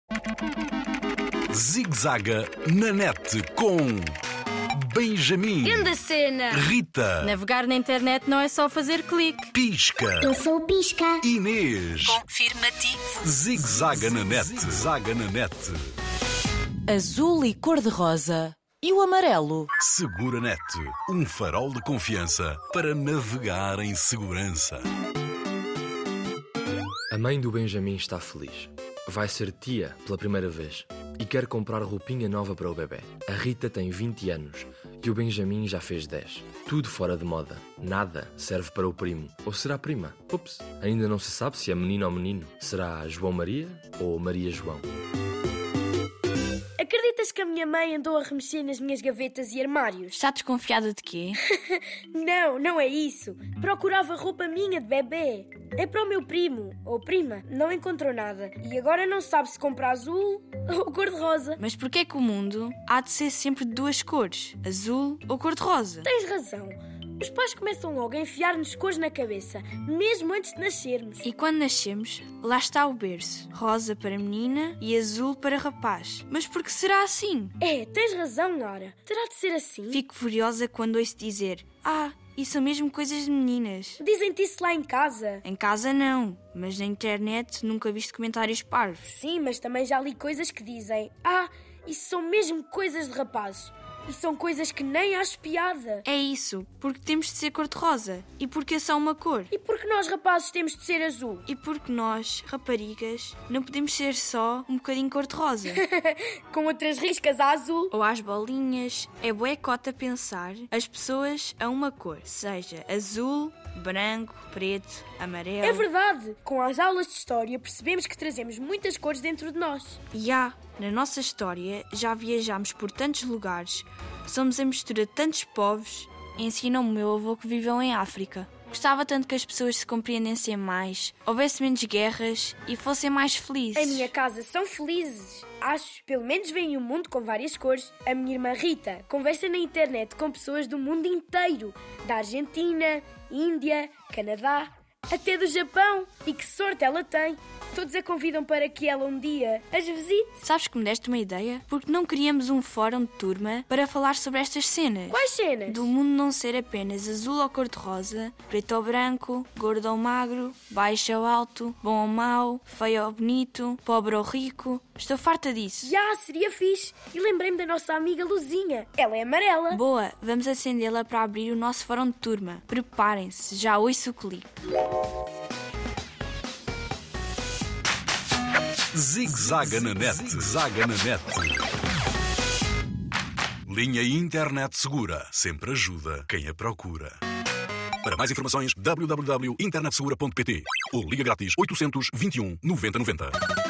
Zig-zaga na net com Benjamin, Grande cena! Rita, Navegar na internet não é só fazer clique. Pisca, Eu sou o Pisca. Inês. Confirmativo. Zig-zaga na net, zaga na net. Azul e cor-de-rosa. E o amarelo? Segura Net, um farol de confiança para navegar em segurança. A mãe do Benjamin está feliz. Vai ser tia pela primeira vez e quer comprar roupinha nova para o bebê. A Rita tem 20 anos e o Benjamin já fez 10. Tudo fora de moda. Nada serve para o primo. Ou será prima? Ups! Ainda não se sabe se é menino ou menino. Será João Maria ou Maria João? Acreditas que a minha mãe andou a remexer nas minhas gavetas e armários? Está desconfiada de quê? Não é isso. Procurava roupa minha de bebê. É para o meu primo ou prima. Não encontrou nada. E agora não sabe se compra azul ou cor-de-rosa. Mas porquê que o mundo há de ser sempre de duas cores? Azul ou cor-de-rosa? Tens razão. Os pais começam logo a enfiar-nos cores na cabeça, mesmo antes de nascermos. E quando nascemos, lá está o berço. Rosa para menina e azul para rapaz. Mas por que será assim? Tens razão, Nora. Terá de ser assim? Fico furiosa quando ouço dizer: isso são mesmo coisas de meninas. Dizem-te isso lá em casa? Em casa não, mas na internet nunca viste comentários parvos. Sim, mas também já li coisas que dizem: isso são mesmo coisas de rapazes. E são coisas que nem acho piada. É isso, porque temos de ser cor-de-rosa. E porque é só uma cor. E porque nós rapazes temos de ser azul. E porque nós, raparigas, não podemos ser só um bocadinho cor-de-rosa. Com outras riscas a azul. Ou às bolinhas. É bué cota pensar as pessoas a uma cor. Seja azul, branco, preto, amarelo. É verdade. Com as aulas de história percebemos que trazemos muitas cores dentro de nós. E na nossa história já viajámos por tantos lugares, somos a mistura de tantos povos. Ensinam-me o meu avô que viveu em África. Gostava tanto que as pessoas se compreendessem mais, houvesse menos guerras e fossem mais felizes. Em minha casa são felizes, acho. Pelo menos veem o mundo com várias cores. A minha irmã Rita conversa na internet com pessoas do mundo inteiro. Da Argentina, Índia, Canadá, até do Japão. E que sorte ela tem. Todos a convidam para que ela um dia as visite. Sabes que me deste uma ideia? Porque não criamos um fórum de turma para falar sobre estas cenas. Quais cenas? Do mundo não ser apenas azul ou cor-de-rosa, preto ou branco, gordo ou magro, baixo ou alto, bom ou mau, feio ou bonito, pobre ou rico. Estou farta disso. Seria fixe. E lembrei-me da nossa amiga Luzinha. Ela é amarela. Boa, vamos acendê-la para abrir o nosso fórum de turma. Preparem-se, já ouço o clipe. Zig-zaga na net, zaga na net. Linha Internet Segura sempre ajuda quem a procura. Para mais informações, www.internetsegura.pt ou liga grátis 821 90 90.